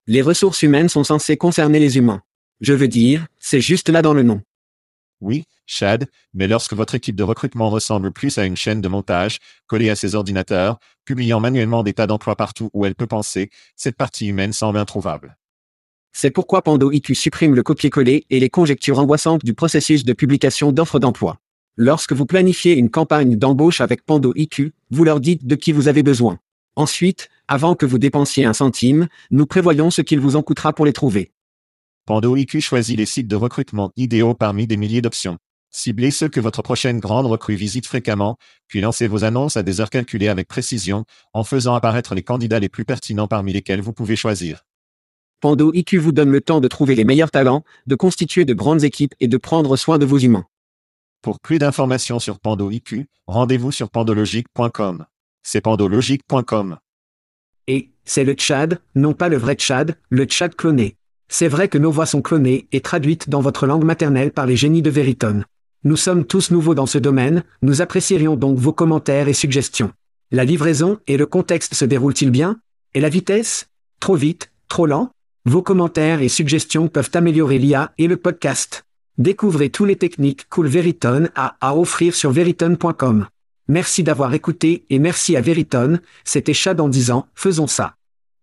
Les ressources humaines sont censées concerner les humains. Je veux dire, c'est juste là dans le nom. Oui, Chad, mais lorsque votre équipe de recrutement ressemble plus à une chaîne de montage, collée à ses ordinateurs, publiant manuellement des tas d'emplois partout où elle peut penser, cette partie humaine semble introuvable. C'est pourquoi Pando IQ supprime le copier-coller et les conjectures angoissantes du processus de publication d'offres d'emploi. Lorsque vous planifiez une campagne d'embauche avec Pando IQ, vous leur dites de qui vous avez besoin. Ensuite, avant que vous dépensiez un centime, nous prévoyons ce qu'il vous en coûtera pour les trouver. Pando IQ choisit les sites de recrutement idéaux parmi des milliers d'options. Ciblez ceux que votre prochaine grande recrue visite fréquemment, puis lancez vos annonces à des heures calculées avec précision, en faisant apparaître les candidats les plus pertinents parmi lesquels vous pouvez choisir. Pando IQ vous donne le temps de trouver les meilleurs talents, de constituer de grandes équipes et de prendre soin de vos humains. Pour plus d'informations sur Pando IQ, rendez-vous sur pandologique.com. C'est pandologique.com. Et, c'est le Tchad, non pas le vrai Tchad, le Tchad cloné. C'est vrai que nos voix sont clonées et traduites dans votre langue maternelle par les génies de Veritone. Nous sommes tous nouveaux dans ce domaine, nous apprécierions donc vos commentaires et suggestions. La livraison et le contexte se déroulent-ils bien? Et la vitesse? Trop vite? Trop lent? Vos commentaires et suggestions peuvent améliorer l'IA et le podcast. Découvrez tous les techniques cool Veritone a à offrir sur veritone.com. Merci d'avoir écouté et merci à Veritone, c'était Chad en disant, faisons ça.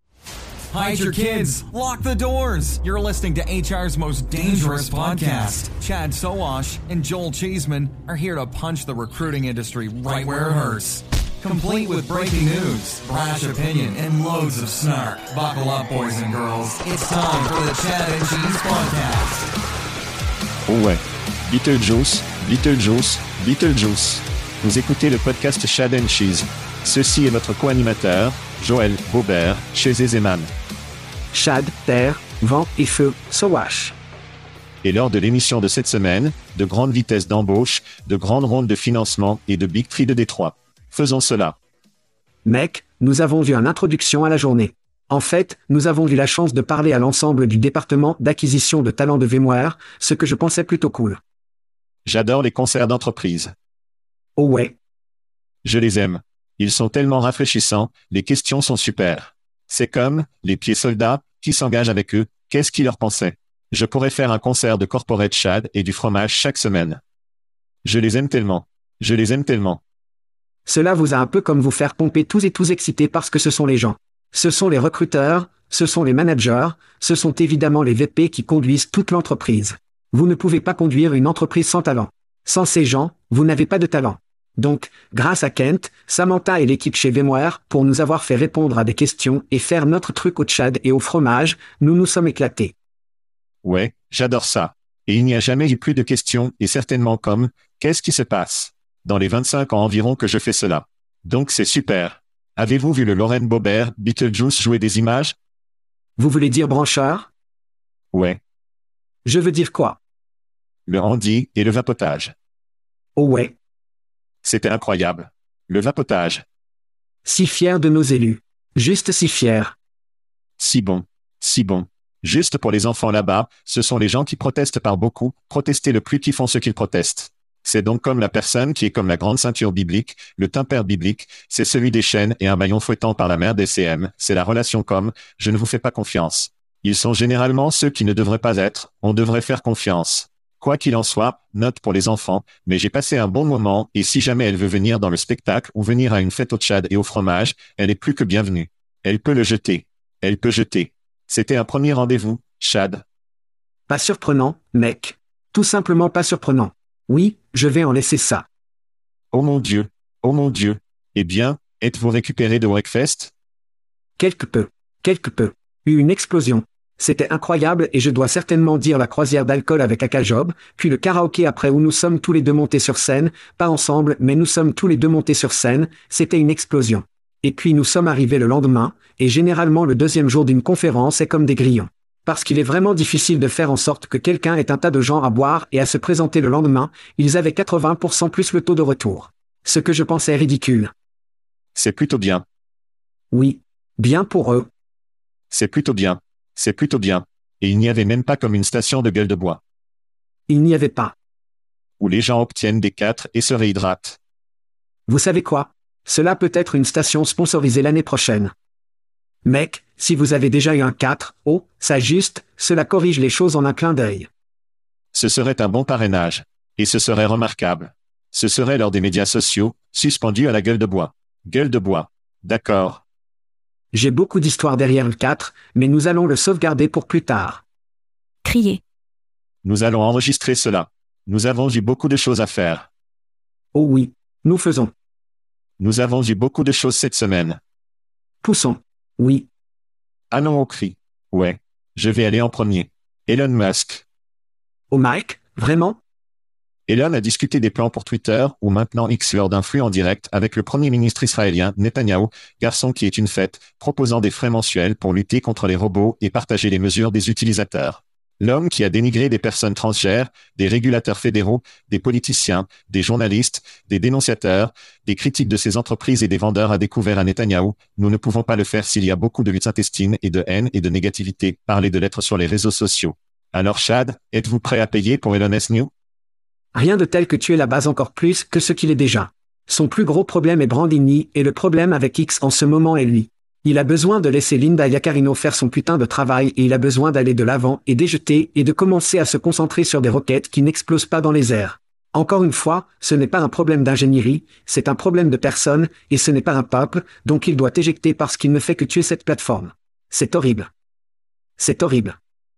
Hide your kids. Lock the doors. You're listening to HR's most dangerous podcast. Chad Sowash and Joel Cheeseman are here to punch the recruiting industry right where it hurts. Complete with breaking news, brash opinion, and loads of snark. Buckle up, boys and girls. It's time for the Chad and Cheese podcast. Oh ouais. Beetlejuice, Beetlejuice, Beetlejuice. Vous écoutez le podcast Chad and Cheese. Ceci est votre co-animateur, Joël Bobert, chez Zeman. Chad, terre, vent et feu, Sowash. Et lors de l'émission de cette semaine, de grandes vitesses d'embauche, de grandes rondes de financement et de Big Tree de Détroit. Faisons cela. Mec, nous avons vu une introduction à la journée. En fait, nous avons eu la chance de parler à l'ensemble du département d'acquisition de talents de VMware, ce que je pensais plutôt cool. J'adore les concerts d'entreprise. Oh ouais. Je les aime. Ils sont tellement rafraîchissants, les questions sont super. C'est comme, les pieds soldats, qui s'engagent avec eux, qu'est-ce qu'ils leur pensaient? Je pourrais faire un concert de corporate Chad et du fromage chaque semaine. Je les aime tellement. Je les aime tellement. Cela vous a un peu comme vous faire pomper tous et tous excités parce que ce sont les gens. Ce sont les recruteurs, ce sont les managers, ce sont évidemment les VP qui conduisent toute l'entreprise. Vous ne pouvez pas conduire une entreprise sans talent. Sans ces gens, vous n'avez pas de talent. Donc, grâce à Kent, Samantha et l'équipe chez VMware, pour nous avoir fait répondre à des questions et faire notre truc au Tchad et au fromage, nous nous sommes éclatés. Ouais, j'adore ça. Et il n'y a jamais eu plus de questions et certainement comme, qu'est-ce qui se passe? Dans les 25 ans environ que je fais cela. Donc c'est super. Avez-vous vu le Lauren Bobert, Beetlejuice jouer des images? Vous voulez dire brancheur? Ouais. Je veux dire quoi? Le handi et le vapotage. Oh ouais. C'était incroyable. Le vapotage. Si fier de nos élus. Juste si fier. Si bon. Si bon. Juste pour les enfants là-bas, ce sont les gens qui protestent par beaucoup, protester le plus qui font ce qu'ils protestent. C'est donc comme la personne qui est comme la grande ceinture biblique, le timper biblique, c'est celui des chaînes et un maillon fouettant par la mer des CM, c'est la relation comme, je ne vous fais pas confiance. Ils sont généralement ceux qui ne devraient pas être, on devrait faire confiance. Quoi qu'il en soit, note pour les enfants, mais j'ai passé un bon moment et si jamais elle veut venir dans le spectacle ou venir à une fête au Tchad et au fromage, elle est plus que bienvenue. Elle peut le jeter. Elle peut jeter. C'était un premier rendez-vous, Chad. Pas surprenant, mec. Tout simplement pas surprenant. Oui, je vais en laisser ça. Oh mon Dieu. Oh mon Dieu. Eh bien, êtes-vous récupéré de Wreckfest? Quelque peu. Quelque peu. Une explosion. C'était incroyable et je dois certainement dire la croisière d'alcool avec Akajob, puis le karaoké après où nous sommes tous les deux montés sur scène, pas ensemble mais nous sommes tous les deux montés sur scène, c'était une explosion. Et puis nous sommes arrivés le lendemain, et généralement le deuxième jour d'une conférence est comme des grillons. Parce qu'il est vraiment difficile de faire en sorte que quelqu'un ait un tas de gens à boire et à se présenter le lendemain, ils avaient 80% plus le taux de retour. Ce que je pensais ridicule. C'est plutôt bien. Oui. Bien pour eux. C'est plutôt bien. C'est plutôt bien. Et il n'y avait même pas comme une station de gueule de bois. Il n'y avait pas. Où les gens obtiennent des 4 et se réhydratent. Vous savez quoi? Cela peut être une station sponsorisée l'année prochaine. Mec, si vous avez déjà eu un 4, oh, ça juste, cela corrige les choses en un clin d'œil. Ce serait un bon parrainage. Et ce serait remarquable. Ce serait lors des médias sociaux, suspendu à la gueule de bois. Gueule de bois. D'accord. J'ai beaucoup d'histoires derrière le 4, mais nous allons le sauvegarder pour plus tard. Criez. Nous allons enregistrer cela. Nous avons eu beaucoup de choses à faire. Oh oui, nous faisons. Nous avons eu beaucoup de choses cette semaine. Poussons. Oui. Allons au cri. Ouais. Je vais aller en premier. Elon Musk. Oh Mike, vraiment? Elon a discuté des plans pour Twitter, ou maintenant X lors d'un flux en direct avec le premier ministre israélien, Netanyahou, garçon qui est une fête, proposant des frais mensuels pour lutter contre les robots et partager les mesures des utilisateurs. L'homme qui a dénigré des personnes transgères, des régulateurs fédéraux, des politiciens, des journalistes, des dénonciateurs, des critiques de ces entreprises et des vendeurs a découvert à Netanyahou, nous ne pouvons pas le faire s'il y a beaucoup de luttes intestines et de haine et de négativité, parler de l'être sur les réseaux sociaux. Alors Chad, êtes-vous prêt à payer pour Elon S. New? Rien de tel que tuer la base encore plus que ce qu'il est déjà. Son plus gros problème est Brandini et le problème avec X en ce moment est lui. Il a besoin de laisser Linda Yaccarino faire son putain de travail et il a besoin d'aller de l'avant et déjeter et de commencer à se concentrer sur des roquettes qui n'explosent pas dans les airs. Encore une fois, ce n'est pas un problème d'ingénierie, c'est un problème de personne, et ce n'est pas un peuple, donc il doit éjecter parce qu'il ne fait que tuer cette plateforme. C'est horrible. C'est horrible.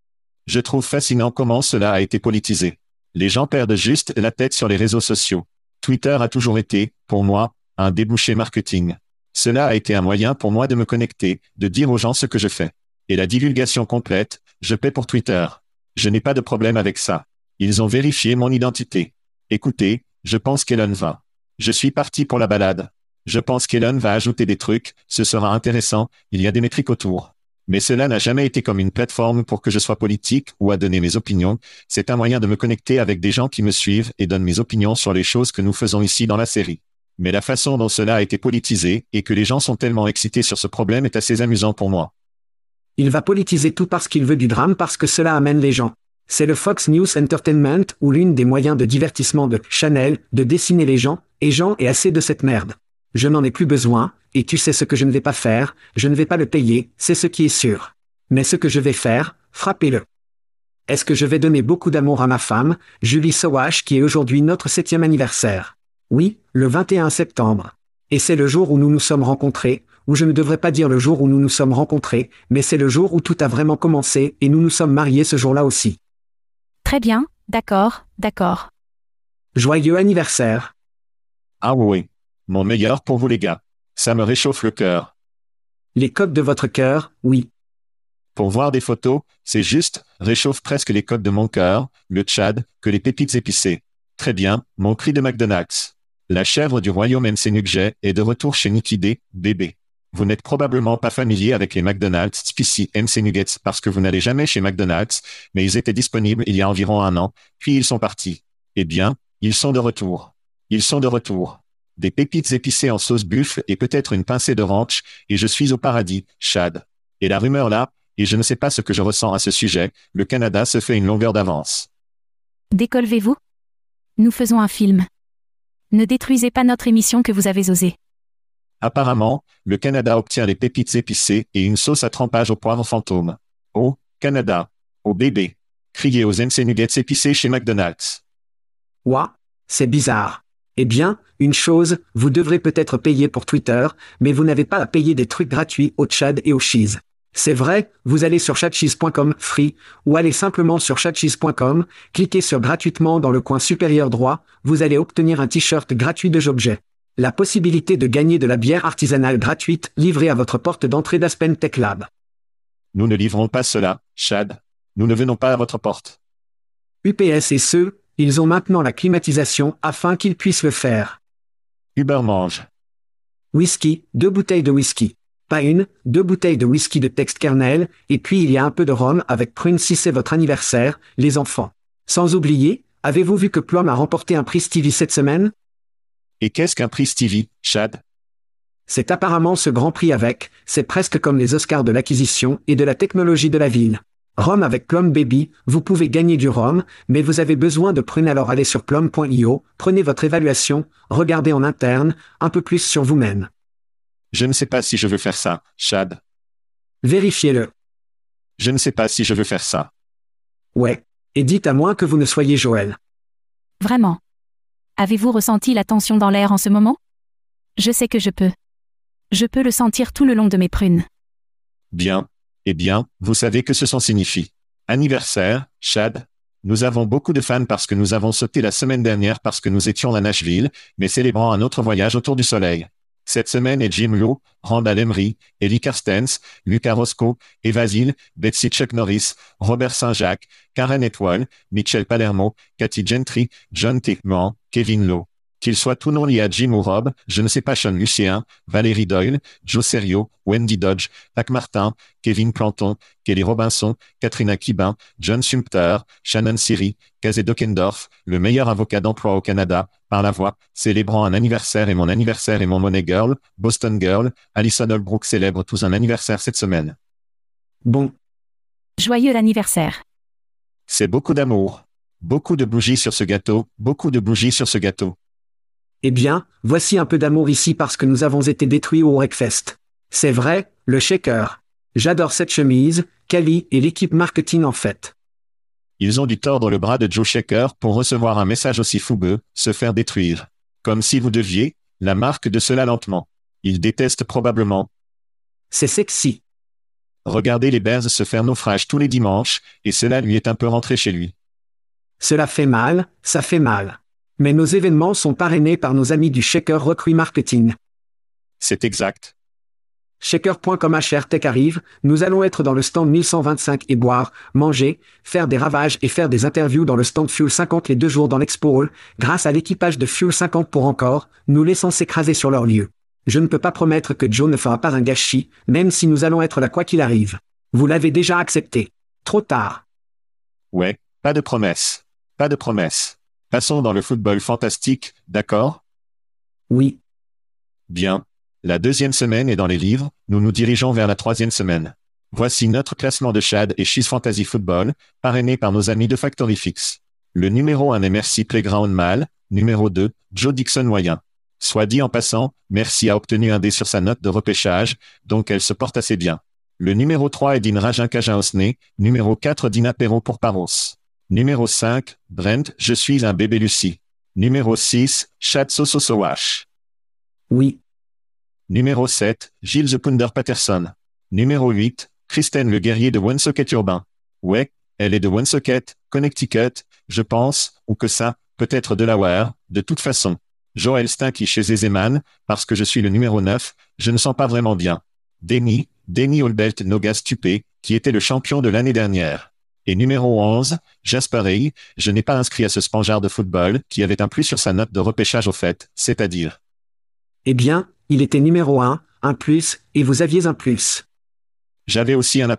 Je trouve fascinant comment cela a été politisé. Les gens perdent juste la tête sur les réseaux sociaux. Twitter a toujours été, pour moi, un débouché marketing. Cela a été un moyen pour moi de me connecter, de dire aux gens ce que je fais. Et la divulgation complète, je paie pour Twitter. Je n'ai pas de problème avec ça. Ils ont vérifié mon identité. Écoutez, je pense qu'Elon va. Je suis parti pour la balade. Je pense qu'Elon va ajouter des trucs, ce sera intéressant, il y a des métriques autour. Mais cela n'a jamais été comme une plateforme pour que je sois politique ou à donner mes opinions, c'est un moyen de me connecter avec des gens qui me suivent et donnent mes opinions sur les choses que nous faisons ici dans la série. Mais la façon dont cela a été politisé et que les gens sont tellement excités sur ce problème est assez amusant pour moi. Il va politiser tout parce qu'il veut du drame parce que cela amène les gens. C'est le Fox News Entertainment ou l'une des moyens de divertissement de Channel de dessiner les gens, et j'en ai assez de cette merde. Je n'en ai plus besoin, et tu sais ce que je ne vais pas faire, je ne vais pas le payer, c'est ce qui est sûr. Mais ce que je vais faire, frappez-le. Est-ce que je vais donner beaucoup d'amour à ma femme, Julie Sowash qui est aujourd'hui notre 7e anniversaire? Oui, le 21 septembre. Et c'est le jour où nous nous sommes rencontrés, ou je ne devrais pas dire le jour où nous nous sommes rencontrés, mais c'est le jour où tout a vraiment commencé et nous nous sommes mariés ce jour-là aussi. Très bien, d'accord, d'accord. Joyeux anniversaire. Ah oui. Mon meilleur pour vous les gars. Ça me réchauffe le cœur. Les codes de votre cœur, oui. Pour voir des photos, c'est juste, réchauffe presque les codes de mon cœur, le Tchad, que les pépites épicées. Très bien, mon cri de McDonald's. La chèvre du royaume MC est de retour chez Nicky D, bébé. Vous n'êtes probablement pas familier avec les McDonald's Spicy MC Nuggets parce que vous n'allez jamais chez McDonald's, mais ils étaient disponibles il y a environ 1 an, puis ils sont partis. Eh bien, ils sont de retour. Ils sont de retour. Des pépites épicées en sauce buffle et peut-être une pincée de ranch, et je suis au paradis, Chad. Et la rumeur là, et je ne sais pas ce que je ressens à ce sujet, le Canada se fait une longueur d'avance. Décolvez-vous. Nous faisons un film. Ne détruisez pas notre émission que vous avez osé. Apparemment, le Canada obtient les pépites épicées et une sauce à trempage au poivre fantôme. Oh, Canada. Oh bébé. Criez aux MC Nuggets épicés chez McDonald's. Ouah, c'est bizarre. Eh bien, une chose, vous devrez peut-être payer pour Twitter, mais vous n'avez pas à payer des trucs gratuits au Tchad et au Cheese. C'est vrai, vous allez sur chatcheese.com free, ou allez simplement sur chatcheese.com, cliquez sur gratuitement dans le coin supérieur droit, vous allez obtenir un t-shirt gratuit de Jobjet. La possibilité de gagner de la bière artisanale gratuite livrée à votre porte d'entrée d'Aspen Tech Lab. Nous ne livrons pas cela, Chad. Nous ne venons pas à votre porte. UPS et ceux, ils ont maintenant la climatisation afin qu'ils puissent le faire. Uber mange. Whisky, 2 bouteilles de whisky. Pas 1, 2 bouteilles de whisky de Text Kernel, et puis il y a un peu de rhum avec prune si c'est votre anniversaire, les enfants. Sans oublier, avez-vous vu que Plum a remporté un prix Stevie cette semaine? Et qu'est-ce qu'un prix Stevie, Chad? C'est apparemment ce grand prix c'est presque comme les Oscars de l'acquisition et de la technologie de la ville. Rhum avec Plum Baby, vous pouvez gagner du rhum, mais vous avez besoin de prune alors allez sur plum.io, prenez votre évaluation, regardez en interne, un peu plus sur vous-même. Je ne sais pas si je veux faire ça, Chad. Vérifiez-le. Je ne sais pas si je veux faire ça. Ouais. Et dites à moins que vous ne soyez Joël. Vraiment. Avez-vous ressenti la tension dans l'air en ce moment? Je sais que je peux. Je peux le sentir tout le long de mes prunes. Bien. Eh bien, vous savez que ce signifie. Anniversaire, Chad. Nous avons beaucoup de fans parce que nous avons sauté la semaine dernière parce que nous étions à Nashville, mais célébrant un autre voyage autour du soleil. Cette semaine est Jim Lowe, Randall Emery, Ellie Carstens, Lucas Roscoe, Eva Zil, Betsy Chuck Norris, Robert Saint-Jacques, Karen Etwall, Michel Palermo, Cathy Gentry, John Tickman, Kevin Lowe. Qu'ils soient tous non liés à Jim ou Rob, je ne sais pas Sean Lucien, Valérie Doyle, Joe Serio, Wendy Dodge, Pac Martin, Kevin Planton, Kelly Robinson, Katrina Kibin, John Sumpter, Shannon Siri, Kazé Dockendorf, le meilleur avocat d'emploi au Canada, par la voix, célébrant un anniversaire et mon Money Girl, Boston Girl, Alison Holbrook célèbre tous un anniversaire cette semaine. Bon. Joyeux anniversaire. C'est beaucoup d'amour. Beaucoup de bougies sur ce gâteau, beaucoup de bougies sur ce gâteau. Eh bien, voici un peu d'amour ici parce que nous avons été détruits au Wreckfest. C'est vrai, le shaker. J'adore cette chemise, Cali et l'équipe marketing en fait. Ils ont dû tordre le bras de Joe Shaker pour recevoir un message aussi fougueux, se faire détruire. Comme si vous deviez, la marque de cela lentement. Ils détestent probablement. C'est sexy. Regardez les Bears se faire naufrage tous les dimanches, et cela lui est un peu rentré chez lui. Cela fait mal, ça fait mal. Mais nos événements sont parrainés par nos amis du Shaker Recruit Marketing. C'est exact. Shaker.com HR Tech arrive, nous allons être dans le stand 1125 et boire, manger, faire des ravages et faire des interviews dans le stand Fuel 50 les 2 jours dans l'Expo Hall, grâce à l'équipage de Fuel 50 pour encore, nous laissant s'écraser sur leur lieu. Je ne peux pas promettre que Joe ne fera pas un gâchis, même si nous allons être là quoi qu'il arrive. Vous l'avez déjà accepté. Trop tard. Ouais, pas de promesse. Pas de promesse. Passons dans le football fantastique, d'accord? Oui. Bien. La 2e semaine est dans les livres, nous nous dirigeons vers la 3e semaine. Voici notre classement de Chad et Cheese Fantasy Football, parrainé par nos amis de Factory Fix. Le numéro 1 est Merci Playground Mal, numéro 2, Joe Dixon moyen. Soit dit en passant, Merci a obtenu un D sur sa note de repêchage, donc elle se porte assez bien. Le numéro 3 est Din Rajin Kaja Osney, numéro 4 Dina Perro pour Paros. Numéro 5, Brent, Je suis un bébé Lucie. Numéro 6, Chad Sososowash. Oui. Numéro 7, Gilles Kunder Patterson. Numéro 8, Kristen le guerrier de Woonsocket Urbain. Ouais, elle est de Woonsocket, Connecticut, je pense, ou que ça, peut-être Delaware, de toute façon. Joël Stinky chez Zezeman, parce que je suis le numéro 9, je ne sens pas vraiment bien. Denny Olbelt Noga Stupé, qui était le champion de l'année dernière. Et numéro 11, Jasper Ray, je n'ai pas inscrit à ce spangeard de football, qui avait un plus sur sa note de repêchage au fait, c'est-à-dire. Eh bien, il était numéro 1, un plus, et vous aviez un plus. J'avais aussi un A+.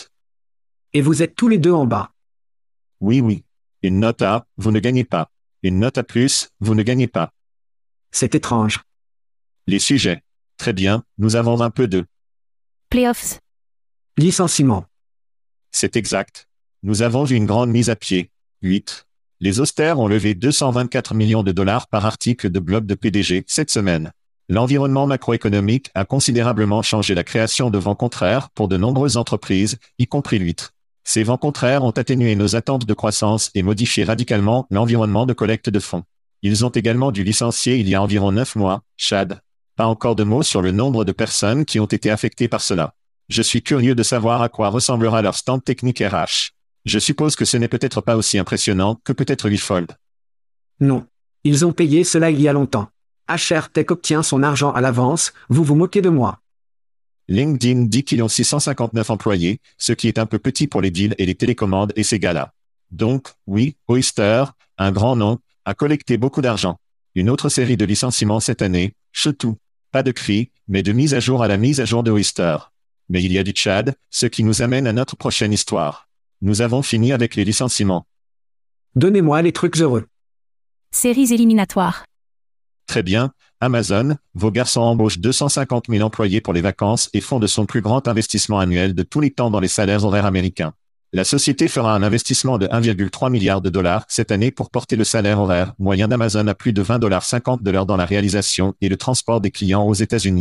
Et vous êtes tous les deux en bas. Oui. Une note A, vous ne gagnez pas. Une note A+, vous ne gagnez pas. C'est étrange. Les sujets. Très bien, nous avons un peu de. Playoffs. Licenciement. C'est exact. Nous avons vu une grande mise à pied. 8. Les austères ont levé 224 millions de dollars par article de blog de PDG cette semaine. L'environnement macroéconomique a considérablement changé la création de vents contraires pour de nombreuses entreprises, y compris l'huître. Ces vents contraires ont atténué nos attentes de croissance et modifié radicalement l'environnement de collecte de fonds. Ils ont également dû licencier il y a environ 9 mois, Chad. Pas encore de mots sur le nombre de personnes qui ont été affectées par cela. Je suis curieux de savoir à quoi ressemblera leur stand technique RH. Je suppose que ce n'est peut-être pas aussi impressionnant que peut-être Wifold. Non. Ils ont payé cela il y a longtemps. HR Tech obtient son argent à l'avance, vous vous moquez de moi. LinkedIn dit qu'ils ont 659 employés, ce qui est un peu petit pour les deals et les télécommandes et ces gars-là. Donc, oui, Oyster, un grand nom, a collecté beaucoup d'argent. Une autre série de licenciements cette année, tout. Pas de cri, mais de mise à jour à la mise à jour de Oyster. Mais il y a du Chad, ce qui nous amène à notre prochaine histoire. Nous avons fini avec les licenciements. Donnez-moi les trucs heureux. Séries éliminatoires. Très bien, Amazon, vos garçons embauchent 250 000 employés pour les vacances et font de son plus grand investissement annuel de tous les temps dans les salaires horaires américains. La société fera un investissement de 1,3 milliard de dollars cette année pour porter le salaire horaire moyen d'Amazon à plus de $20,50 dans la réalisation et le transport des clients aux États-Unis.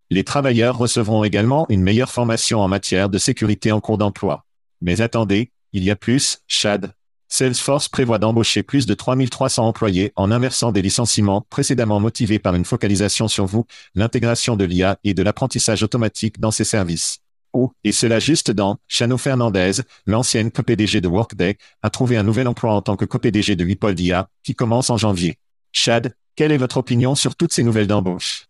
Les travailleurs recevront également une meilleure formation en matière de sécurité en cours d'emploi. Mais attendez, il y a plus, Chad. Salesforce prévoit d'embaucher plus de 3300 employés en inversant des licenciements précédemment motivés par une focalisation sur vous, l'intégration de l'IA et de l'apprentissage automatique dans ses services. Oh, et cela juste dans, Chano Fernandez, l'ancienne co-PDG de Workday, a trouvé un nouvel emploi en tant que co-PDG de Wipold IA, qui commence en janvier. Chad, quelle est votre opinion sur toutes ces nouvelles d'embauche?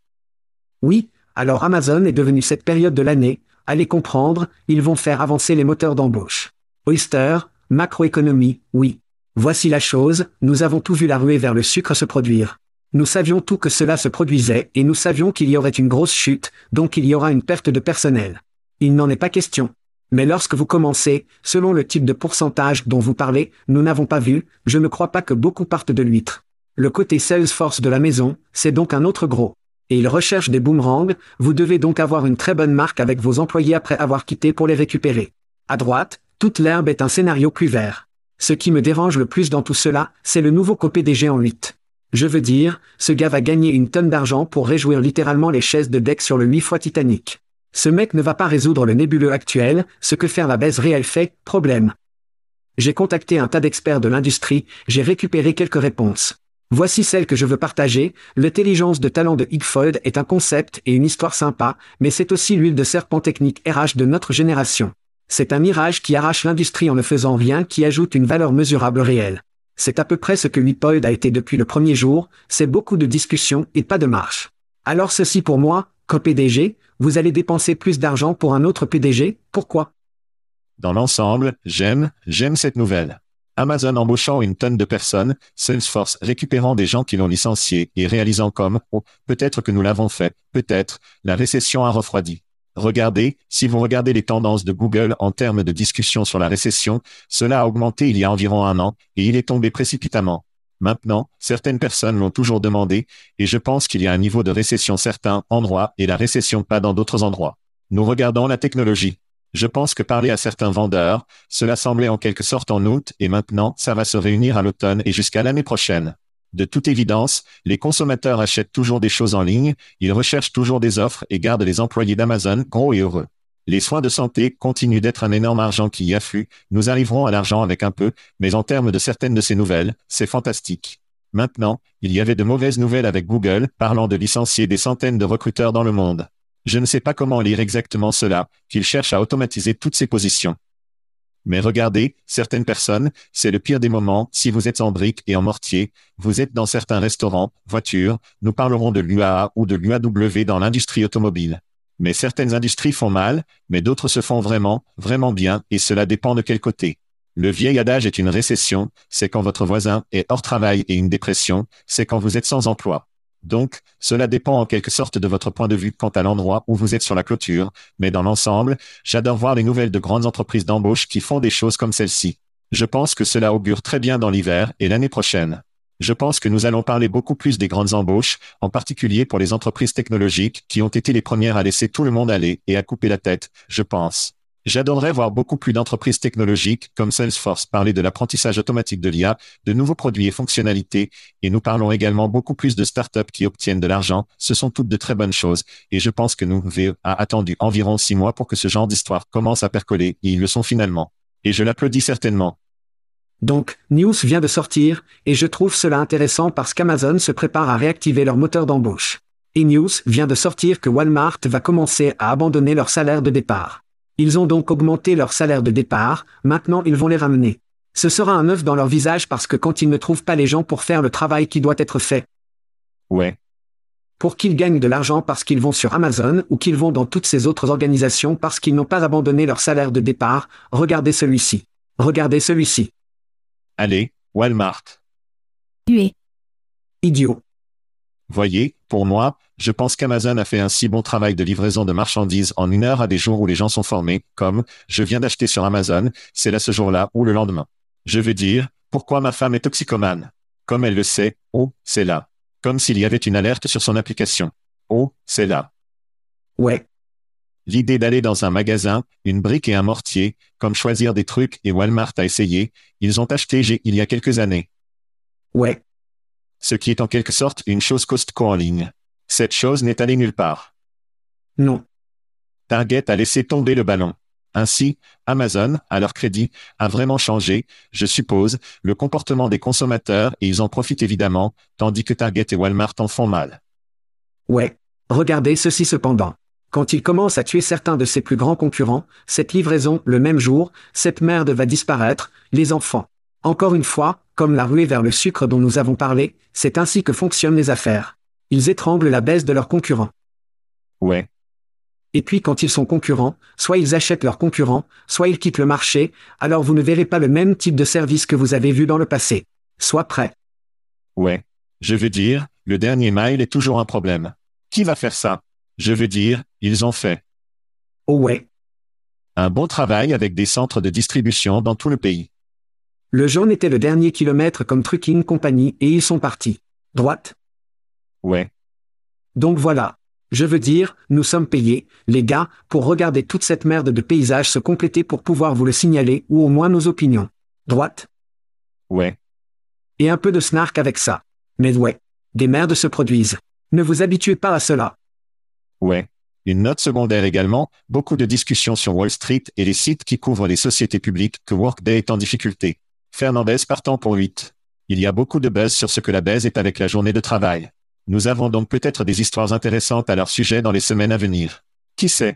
Oui, alors Amazon est devenu cette période de l'année, allez comprendre, ils vont faire avancer les moteurs d'embauche. Oyster, macroéconomie, oui. Voici la chose, nous avons tout vu la ruée vers le sucre se produire. Nous savions tout que cela se produisait et nous savions qu'il y aurait une grosse chute, donc il y aura une perte de personnel. Il n'en est pas question. Mais lorsque vous commencez, selon le type de pourcentage dont vous parlez, nous n'avons pas vu, je ne crois pas que beaucoup partent de l'huître. Le côté Salesforce de la maison, c'est donc un autre gros. Et ils recherchent des boomerangs, vous devez donc avoir une très bonne marque avec vos employés après avoir quitté pour les récupérer. À droite, toute l'herbe est un scénario plus vert. Ce qui me dérange le plus dans tout cela, c'est le nouveau co-PDG en 8. Je veux dire, ce gars va gagner une tonne d'argent pour réjouir littéralement les chaises de deck sur le 8 fois Titanic. Ce mec ne va pas résoudre le nébuleux actuel, ce que faire la baisse réelle fait, problème. J'ai contacté un tas d'experts de l'industrie, j'ai récupéré quelques réponses. Voici celle que je veux partager, l'intelligence de talent de Higfold est un concept et une histoire sympa, mais c'est aussi l'huile de serpent technique RH de notre génération. C'est un mirage qui arrache l'industrie en ne faisant rien qui ajoute une valeur mesurable réelle. C'est à peu près ce que Wipold a été depuis le premier jour, c'est beaucoup de discussions et pas de marche. Alors ceci pour moi, comme PDG, vous allez dépenser plus d'argent pour un autre PDG, pourquoi? Dans l'ensemble, j'aime cette nouvelle. Amazon embauchant une tonne de personnes, Salesforce récupérant des gens qui l'ont licencié et réalisant comme, oh, peut-être que nous l'avons fait, peut-être, la récession a refroidi. Regardez, si vous regardez les tendances de Google en termes de discussion sur la récession, cela a augmenté il y a environ un an, et il est tombé précipitamment. Maintenant, certaines personnes l'ont toujours demandé, et je pense qu'il y a un niveau de récession certains endroits et la récession pas dans d'autres endroits. Nous regardons la technologie. Je pense que parler à certains vendeurs, cela semblait en quelque sorte en août et maintenant ça va se réunir à l'automne et jusqu'à l'année prochaine. De toute évidence, les consommateurs achètent toujours des choses en ligne, ils recherchent toujours des offres et gardent les employés d'Amazon gros et heureux. Les soins de santé continuent d'être un énorme argent qui y afflue, nous arriverons à l'argent avec un peu, mais en termes de certaines de ces nouvelles, c'est fantastique. Maintenant, il y avait de mauvaises nouvelles avec Google, parlant de licencier des centaines de recruteurs dans le monde. Je ne sais pas comment lire exactement cela, qu'ils cherchent à automatiser toutes ces positions. Mais regardez, certaines personnes, c'est le pire des moments, si vous êtes en briques et en mortier, vous êtes dans certains restaurants, voitures, nous parlerons de l'UAA ou de l'UAW dans l'industrie automobile. Mais certaines industries font mal, mais d'autres se font vraiment, vraiment bien, et cela dépend de quel côté. Le vieil adage est une récession, c'est quand votre voisin est hors travail et une dépression, c'est quand vous êtes sans emploi. Donc, cela dépend en quelque sorte de votre point de vue quant à l'endroit où vous êtes sur la clôture, mais dans l'ensemble, j'adore voir les nouvelles de grandes entreprises d'embauche qui font des choses comme celle-ci. Je pense que cela augure très bien dans l'hiver et l'année prochaine. Je pense que nous allons parler beaucoup plus des grandes embauches, en particulier pour les entreprises technologiques qui ont été les premières à laisser tout le monde aller et à couper la tête, je pense. J'adorerais voir beaucoup plus d'entreprises technologiques comme Salesforce parler de l'apprentissage automatique de l'IA, de nouveaux produits et fonctionnalités, et nous parlons également beaucoup plus de startups qui obtiennent de l'argent, ce sont toutes de très bonnes choses, et je pense que nous a attendu environ 6 mois pour que ce genre d'histoire commence à percoler, et ils le sont finalement. Et je l'applaudis certainement. Donc, News vient de sortir, et je trouve cela intéressant parce qu'Amazon se prépare à réactiver leur moteur d'embauche. Et News vient de sortir que Walmart va commencer à abandonner leur salaire de départ. Ils ont donc augmenté leur salaire de départ, maintenant ils vont les ramener. Ce sera un œuf dans leur visage parce que quand ils ne trouvent pas les gens pour faire le travail qui doit être fait. Ouais. Pour qu'ils gagnent de l'argent parce qu'ils vont sur Amazon ou qu'ils vont dans toutes ces autres organisations parce qu'ils n'ont pas abandonné leur salaire de départ, regardez celui-ci. Regardez celui-ci. Allez, Walmart. Hué. Idiot. Voyez, pour moi, je pense qu'Amazon a fait un si bon travail de livraison de marchandises en 1 heure à des jours où les gens sont formés, comme, je viens d'acheter sur Amazon, c'est là ce jour-là ou le lendemain. Je veux dire, pourquoi ma femme est toxicomane? Comme elle le sait, oh, c'est là. Comme s'il y avait une alerte sur son application. Oh, c'est là. Ouais. L'idée d'aller dans un magasin, une brique et un mortier, comme choisir des trucs et Walmart a essayé, ils ont acheté il y a quelques années. Ouais. Ce qui est en quelque sorte une chose Costco en ligne. Cette chose n'est allée nulle part. Non. Target a laissé tomber le ballon. Ainsi, Amazon, à leur crédit, a vraiment changé, je suppose, le comportement des consommateurs et ils en profitent évidemment, tandis que Target et Walmart en font mal. Ouais. Regardez ceci cependant. Quand il commence à tuer certains de ses plus grands concurrents, cette livraison, le même jour, cette merde va disparaître, les enfants. Encore une fois, comme la ruée vers le sucre dont nous avons parlé, c'est ainsi que fonctionnent les affaires. Ils étranglent la baisse de leurs concurrents. Ouais. Et puis quand ils sont concurrents, soit ils achètent leurs concurrents, soit ils quittent le marché, alors vous ne verrez pas le même type de service que vous avez vu dans le passé. Sois prêt. Ouais. Je veux dire, le dernier mile est toujours un problème. Qui va faire ça? Je veux dire, ils ont fait Oh ouais. un bon travail avec des centres de distribution dans tout le pays. Le jaune était le dernier kilomètre comme Trucking Company et ils sont partis. Droite. Ouais. Donc voilà. Je veux dire, nous sommes payés, les gars, pour regarder toute cette merde de paysage se compléter pour pouvoir vous le signaler ou au moins nos opinions. Droite. Ouais. Et un peu de snark avec ça. Mais ouais. Des merdes se produisent. Ne vous habituez pas à cela. Ouais. Une note secondaire également, beaucoup de discussions sur Wall Street et les sites qui couvrent les sociétés publiques que Workday est en difficulté. Fernandez partant pour 8. Il y a beaucoup de buzz sur ce que la baisse est avec la journée de travail. Nous avons donc peut-être des histoires intéressantes à leur sujet dans les semaines à venir. Qui sait?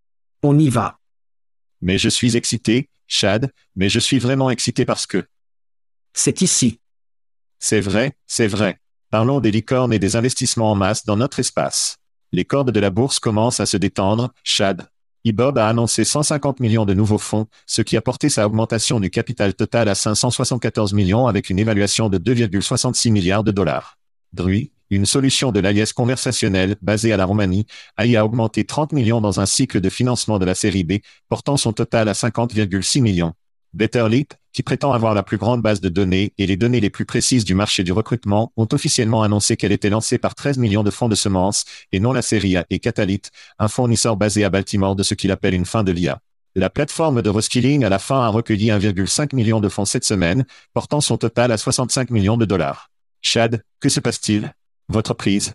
On y va. Mais je suis excité, Chad, mais je suis vraiment excité parce que C'est ici. c'est vrai, c'est vrai. Parlons des licornes et des investissements en masse dans notre espace. Les cordes de la bourse commencent à se détendre, Chad. IBOB a annoncé 150 millions de nouveaux fonds, ce qui a porté sa augmentation du capital total à 574 millions avec une évaluation de 2,66 milliards de dollars. Drui, une solution de l'alias conversationnel basée à la Roumanie, a augmenté 30 millions dans un cycle de financement de la série B, portant son total à 50,6 millions. Betterleap, qui prétend avoir la plus grande base de données et les données les plus précises du marché du recrutement, ont officiellement annoncé qu'elle était lancée par 13 millions de fonds de semences, et non la série A et Catalyst, un fournisseur basé à Baltimore de ce qu'il appelle une fin de l'IA. La plateforme de reskilling à la fin a recueilli 1,5 million de fonds cette semaine, portant son total à 65 millions de dollars. Chad, que se passe-t-il? Votre prise?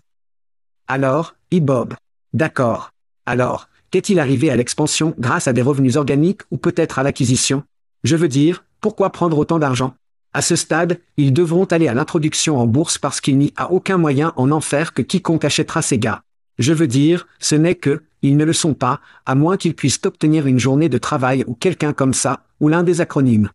Alors, IBOB. D'accord. Alors, qu'est-il arrivé à l'expansion grâce à des revenus organiques ou peut-être à l'acquisition? Je veux dire, pourquoi prendre autant d'argent? À ce stade, ils devront aller à l'introduction en bourse parce qu'il n'y a aucun moyen en enfer que quiconque achètera ces gars. Je veux dire, ce n'est que, ils ne le sont pas, à moins qu'ils puissent obtenir une journée de travail ou quelqu'un comme ça, ou l'un des acronymes.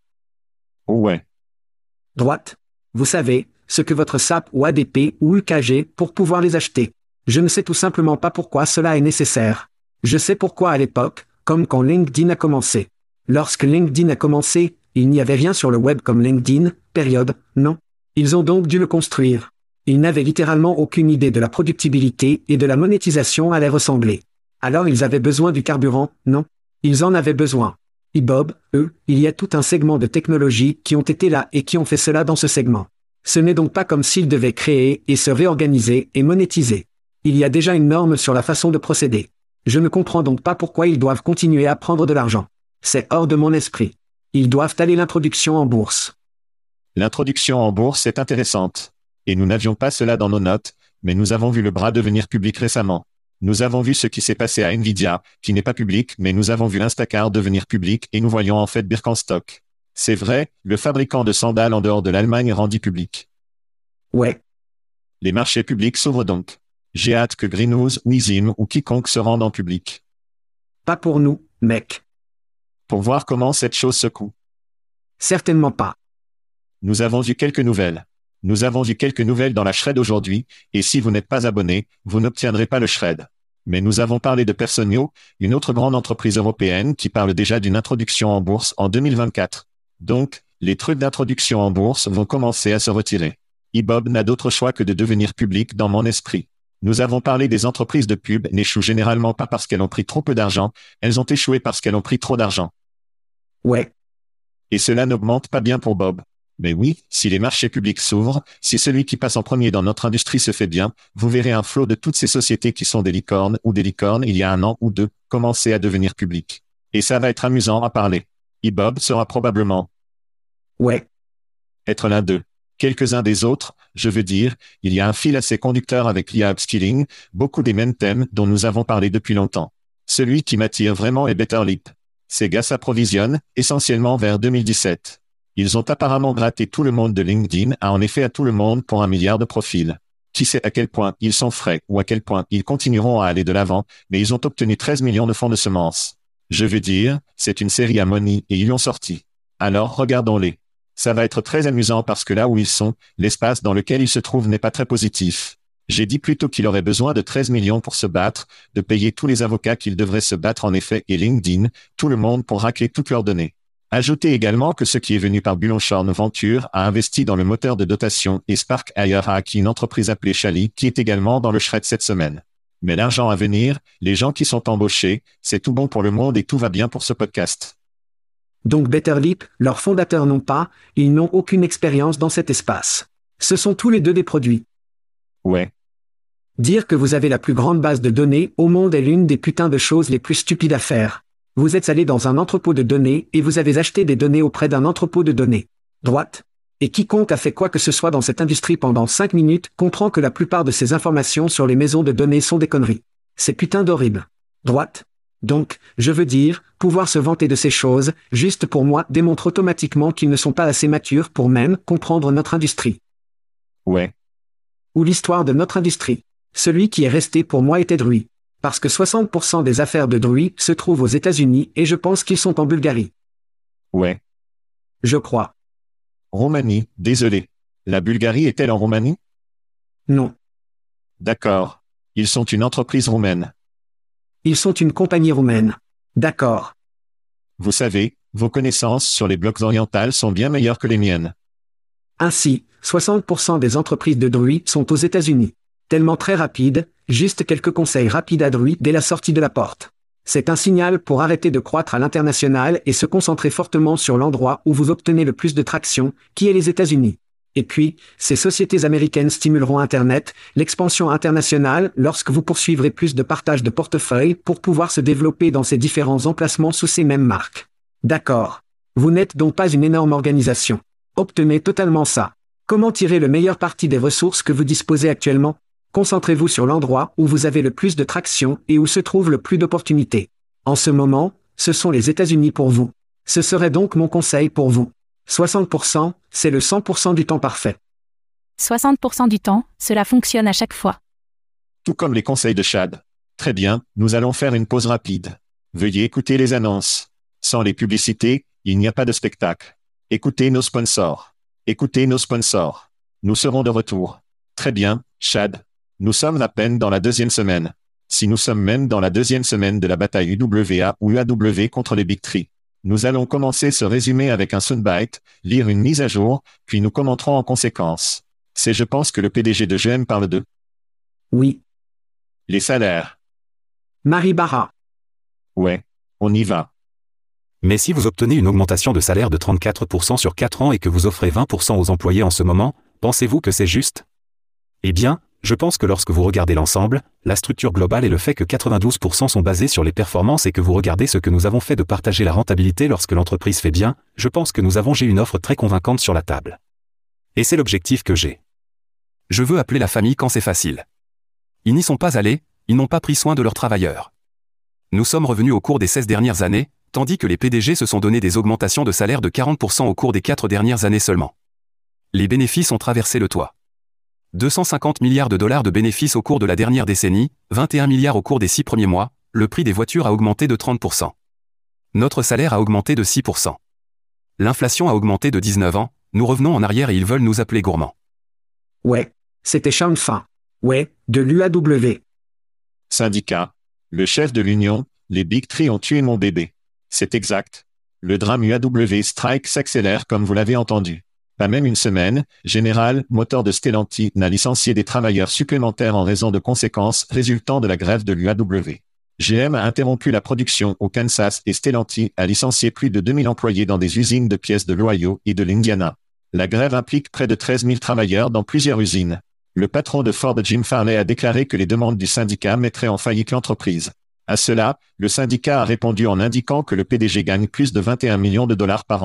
Oh ouais. Droite. Vous savez, ce que votre SAP ou ADP ou UKG pour pouvoir les acheter. Je ne sais tout simplement pas pourquoi cela est nécessaire. Je sais pourquoi à l'époque, comme quand LinkedIn a commencé. Lorsque LinkedIn a commencé, il n'y avait rien sur le web comme LinkedIn, période, non. Ils ont donc dû le construire. Ils n'avaient littéralement aucune idée de la productibilité et de la monétisation allait ressembler. Alors ils avaient besoin du carburant, non. Ils en avaient besoin. IBOB, eux, il y a tout un segment de technologie qui ont été là et qui ont fait cela dans ce segment. Ce n'est donc pas comme s'ils devaient créer et se réorganiser et monétiser. Il y a déjà une norme sur la façon de procéder. Je ne comprends donc pas pourquoi ils doivent continuer à prendre de l'argent. C'est hors de mon esprit. Ils doivent aller l'introduction en bourse. L'introduction en bourse est intéressante. Et nous n'avions pas cela dans nos notes, mais nous avons vu le bras devenir public récemment. Nous avons vu ce qui s'est passé à Nvidia, qui n'est pas public, mais nous avons vu l'Instacar devenir public et nous voyons en fait Birkenstock. C'est vrai, le fabricant de sandales en dehors de l'Allemagne est rendu public. Ouais. Les marchés publics s'ouvrent donc. J'ai hâte que Greenhouse ou Izim ou quiconque se rende en public. Pas pour nous, mec. Pour voir comment cette chose secoue. Certainement pas. Nous avons vu quelques nouvelles. Nous avons vu quelques nouvelles dans la Shred aujourd'hui, et si vous n'êtes pas abonné, vous n'obtiendrez pas le Shred. Mais nous avons parlé de Personio, une autre grande entreprise européenne qui parle déjà d'une introduction en bourse en 2024. Donc, les trucs d'introduction en bourse vont commencer à se retirer. IBOB n'a d'autre choix que de devenir public dans mon esprit. Nous avons parlé des entreprises de pub n'échouent généralement pas parce qu'elles ont pris trop peu d'argent, elles ont échoué parce qu'elles ont pris trop d'argent. Ouais. Et cela n'augmente pas bien pour Bob. Mais oui, si les marchés publics s'ouvrent, si celui qui passe en premier dans notre industrie se fait bien, vous verrez un flot de toutes ces sociétés qui sont des licornes ou des licornes il y a un an ou deux, commencer à devenir publiques. Et ça va être amusant à parler. IBOB sera probablement Ouais. être l'un d'eux. Quelques-uns des autres, je veux dire, il y a un fil assez conducteur avec l'IA Upskilling, beaucoup des mêmes thèmes dont nous avons parlé depuis longtemps. Celui qui m'attire vraiment est BetterLeap. Ces gars s'approvisionnent, essentiellement vers 2017. Ils ont apparemment gratté tout le monde de LinkedIn en effet à tout le monde pour 1 milliard de profils. Qui sait à quel point ils sont frais ou à quel point ils continueront à aller de l'avant, mais ils ont obtenu 13 millions de fonds de semences. Je veux dire, c'est une série à money et ils l'ont sorti. Alors regardons-les. Ça va être très amusant parce que là où ils sont, l'espace dans lequel ils se trouvent n'est pas très positif. J'ai dit plutôt qu'il aurait besoin de 13 millions pour se battre, de payer tous les avocats qu'ils devraient se battre en effet et LinkedIn, tout le monde pour racler toutes leurs données. Ajoutez également que ce qui est venu par Blanchard Venture a investi dans le moteur de dotation et Spark Hire a acquis une entreprise appelée Chali qui est également dans le shred cette semaine. Mais l'argent à venir, les gens qui sont embauchés, c'est tout bon pour le monde et tout va bien pour ce podcast. Donc BetterLeap, leurs fondateurs ils n'ont aucune expérience dans cet espace. Ce sont tous les deux des produits. Ouais. Dire que vous avez la plus grande base de données au monde est l'une des putains de choses les plus stupides à faire. Vous êtes allé dans un entrepôt de données et vous avez acheté des données auprès d'un entrepôt de données. Droite. Et quiconque a fait quoi que ce soit dans cette industrie pendant 5 minutes comprend que la plupart de ces informations sur les maisons de données sont des conneries. C'est putain d'horrible. Droite. Donc, je veux dire, pouvoir se vanter de ces choses, juste pour moi, démontre automatiquement qu'ils ne sont pas assez matures pour même comprendre notre industrie. Ouais. Ou l'histoire de notre industrie. Celui qui est resté pour moi était Drui. Parce que 60% des affaires de Drui se trouvent aux États-Unis et je pense qu'ils sont en Bulgarie. Ouais. Je crois. Roumanie, désolé. La Bulgarie est-elle en Roumanie? Non. D'accord. Ils sont une entreprise roumaine. Ils sont une compagnie roumaine. D'accord. Vous savez, vos connaissances sur les blocs orientales sont bien meilleures que les miennes. Ainsi, 60% des entreprises de Drui sont aux États-Unis. Tellement très rapide, juste quelques conseils rapides à Drui dès la sortie de la porte. C'est un signal pour arrêter de croître à l'international et se concentrer fortement sur l'endroit où vous obtenez le plus de traction, qui est les États-Unis. Et puis, ces sociétés américaines stimuleront Internet, l'expansion internationale lorsque vous poursuivrez plus de partage de portefeuille pour pouvoir se développer dans ces différents emplacements sous ces mêmes marques. D'accord. Vous n'êtes donc pas une énorme organisation. Obtenez totalement ça. Comment tirer le meilleur parti des ressources que vous disposez actuellement? Concentrez-vous sur l'endroit où vous avez le plus de traction et où se trouve le plus d'opportunités. En ce moment, ce sont les États-Unis pour vous. Ce serait donc mon conseil pour vous. 60%, c'est le 100% du temps parfait. 60% du temps, cela fonctionne à chaque fois. Tout comme les conseils de Chad. Très bien, nous allons faire une pause rapide. Veuillez écouter les annonces. Sans les publicités, il n'y a pas de spectacle. Écoutez nos sponsors. Écoutez nos sponsors. Nous serons de retour. Très bien, Chad. Nous sommes à peine dans la 2e semaine. Si nous sommes même dans la 2e semaine de la bataille UWA ou UAW contre les Big Three. Nous allons commencer ce résumé avec un soundbite, lire une mise à jour, puis nous commenterons en conséquence. C'est je pense que le PDG de GM parle de... Oui. Les salaires. Marie Barra. Ouais. On y va. Mais si vous obtenez une augmentation de salaire de 34% sur 4 ans et que vous offrez 20% aux employés en ce moment, pensez-vous que c'est juste? Eh bien, je pense que lorsque vous regardez l'ensemble, la structure globale et le fait que 92% sont basés sur les performances et que vous regardez ce que nous avons fait de partager la rentabilité lorsque l'entreprise fait bien, je pense que j'ai une offre très convaincante sur la table. Et c'est l'objectif que j'ai. Je veux appeler la famille quand c'est facile. Ils n'y sont pas allés, ils n'ont pas pris soin de leurs travailleurs. Nous sommes revenus au cours des 16 dernières années, tandis que les PDG se sont donné des augmentations de salaire de 40% au cours des 4 dernières années seulement. Les bénéfices ont traversé le toit. 250 milliards de dollars de bénéfices au cours de la dernière décennie, 21 milliards au cours des 6 premiers mois, le prix des voitures a augmenté de 30%. Notre salaire a augmenté de 6%. L'inflation a augmenté de 19 ans, nous revenons en arrière et ils veulent nous appeler gourmands. Ouais, c'était Sean Fin. Ouais, de l'UAW. Syndicat. Le chef de l'union, les Big Three ont tué mon bébé. C'est exact. Le drame UAW strike s'accélère comme vous l'avez entendu. Pas même une semaine, General Motors de Stellantis n'a licencié des travailleurs supplémentaires en raison de conséquences résultant de la grève de l'UAW. GM a interrompu la production au Kansas et Stellantis a licencié plus de 2000 employés dans des usines de pièces de l'Ohio et de l'Indiana. La grève implique près de 13 000 travailleurs dans plusieurs usines. Le patron de Ford Jim Farley a déclaré que les demandes du syndicat mettraient en faillite l'entreprise. À cela, le syndicat a répondu en indiquant que le PDG gagne plus de 21 millions de dollars par an.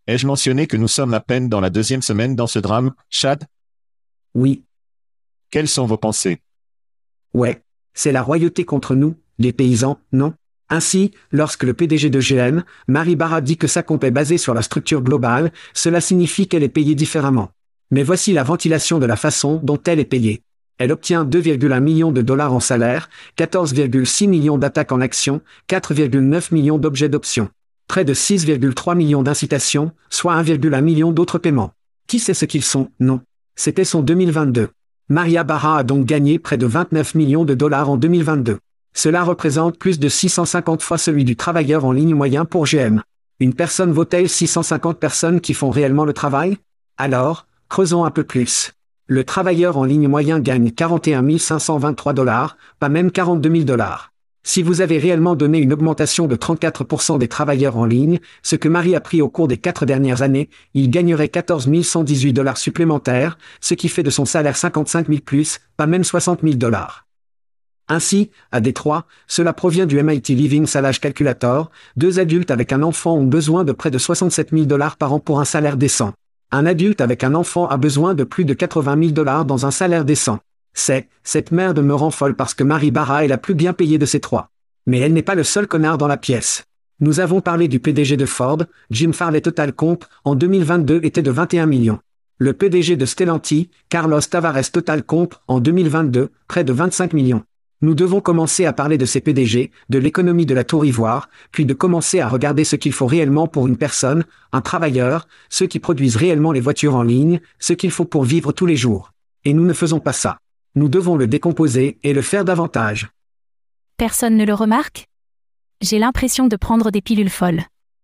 Ai-je mentionné que nous sommes à peine dans la deuxième semaine dans ce drame, Chad? Oui, Quelles sont vos pensées? ouais. C'est la royauté contre nous, les paysans, non? Ainsi, lorsque le PDG de GM, Mary Barra dit que sa comp est basée sur la structure globale, cela signifie qu'elle est payée différemment. Mais voici la ventilation de la façon dont elle est payée. Elle obtient 2,1 millions de dollars en salaire, 14,6 millions d'attaques en actions, 4,9 millions d'objets d'options. Près de 6,3 millions d'incitations, soit 1,1 million d'autres paiements. Qui sait ce qu'ils sont? Non. C'était son 2022. Maria Barra a donc gagné près de 29 millions de dollars en 2022. Cela représente plus de 650 fois celui du travailleur en ligne moyen pour GM. Une personne vaut-elle 650 personnes qui font réellement le travail? Alors, creusons un peu plus. Le travailleur en ligne moyen gagne 41 523 dollars, pas même 42 000 dollars. Si vous avez réellement donné une augmentation de 34% des travailleurs en ligne, ce que Marie a pris au cours des 4 dernières années, il gagnerait 14 118 dollars supplémentaires, ce qui fait de son salaire 55 000 plus, pas même 60 000 dollars. Ainsi, à Détroit, cela provient du MIT Living Salary Calculator, 2 adultes avec un enfant ont besoin de près de 67 000 dollars par an pour un salaire décent. Un adulte avec un enfant a besoin de plus de 80 000 dollars dans un salaire décent. Cette merde me rend folle parce que Mary Barra est la plus bien payée de ces trois. Mais elle n'est pas le seul connard dans la pièce. Nous avons parlé du PDG de Ford, Jim Farley. Total Comp, en 2022 était de 21 millions. Le PDG de Stellantis, Carlos Tavares. Total Comp, en 2022, près de 25 millions. Nous devons commencer à parler de ces PDG, de l'économie de la Tour Ivoire, puis de commencer à regarder ce qu'il faut réellement pour une personne, un travailleur, ceux qui produisent réellement les voitures en ligne, ce qu'il faut pour vivre tous les jours. Et nous ne faisons pas ça. Nous devons le décomposer et le faire davantage. Personne ne le remarque? J'ai l'impression de prendre des pilules folles.